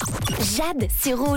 Jade, c'est rouge.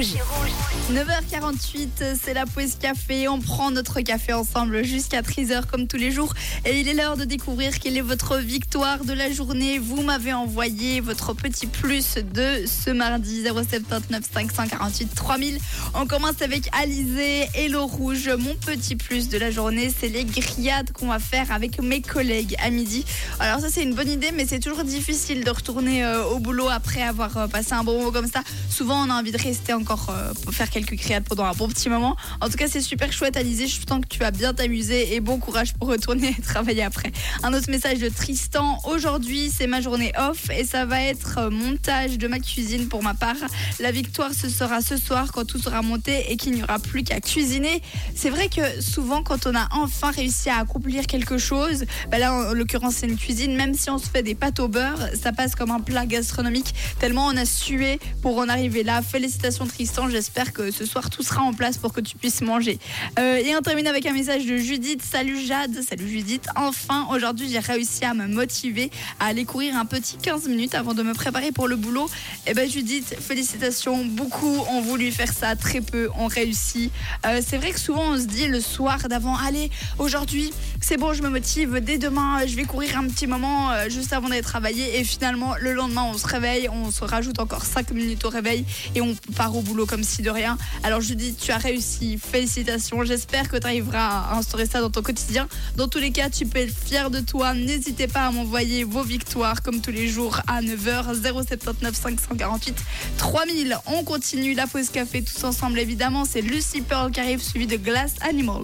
9h48, c'est la pause café. On prend notre café ensemble jusqu'à 13h comme tous les jours. Et il est l'heure de découvrir quelle est votre victoire de la journée. Vous m'avez envoyé votre petit plus de ce mardi 079 548 3000. On commence avec Alizé et l'eau rouge. Mon petit plus de la journée, c'est les grillades qu'on va faire avec mes collègues à midi. Alors ça, c'est une bonne idée, mais c'est toujours difficile de retourner au boulot après avoir passé un bon moment comme ça. Souvent, on a envie de rester encore pour faire quelques grillades pendant un bon petit moment. En tout cas, c'est super chouette, Alizé. Je sens que tu vas bien t'amuser et bon courage pour retourner travailler après. Un autre message de Tristan. Aujourd'hui, c'est ma journée off et ça va être montage de ma cuisine pour ma part. La victoire, ce sera ce soir quand tout sera monté et qu'il n'y aura plus qu'à cuisiner. C'est vrai que souvent, quand on a enfin réussi à accomplir quelque chose, là, en l'occurrence, c'est une cuisine, même si on se fait des pâtes au beurre, ça passe comme un plat gastronomique tellement on a sué pour en arriver là. Félicitations Tristan, j'espère que ce soir tout sera en place pour que tu puisses manger. Et on termine avec un message de Judith. Salut Jade, salut Judith. Enfin, aujourd'hui, j'ai réussi à me motiver à aller courir un petit 15 minutes avant de me préparer pour le boulot. Et Judith, félicitations. Beaucoup ont voulu faire ça, très peu ont réussi. C'est vrai que souvent on se dit le soir d'avant, allez, aujourd'hui, c'est bon, je me motive. Dès demain, je vais courir un petit moment juste avant d'aller travailler. Et finalement, le lendemain, on se réveille, on se rajoute encore 5 minutes au réveil et on part au boulot comme si de rien. Alors Judith, tu as réussi, félicitations. J'espère que tu arriveras à instaurer ça dans ton quotidien. Dans tous les cas, tu peux être fier de toi. N'hésitez pas à m'envoyer vos victoires comme tous les jours à 9h 079 548 3000. On continue la pause café tous ensemble évidemment. C'est Lucy Pearl qui arrive suivi de Glass Animal.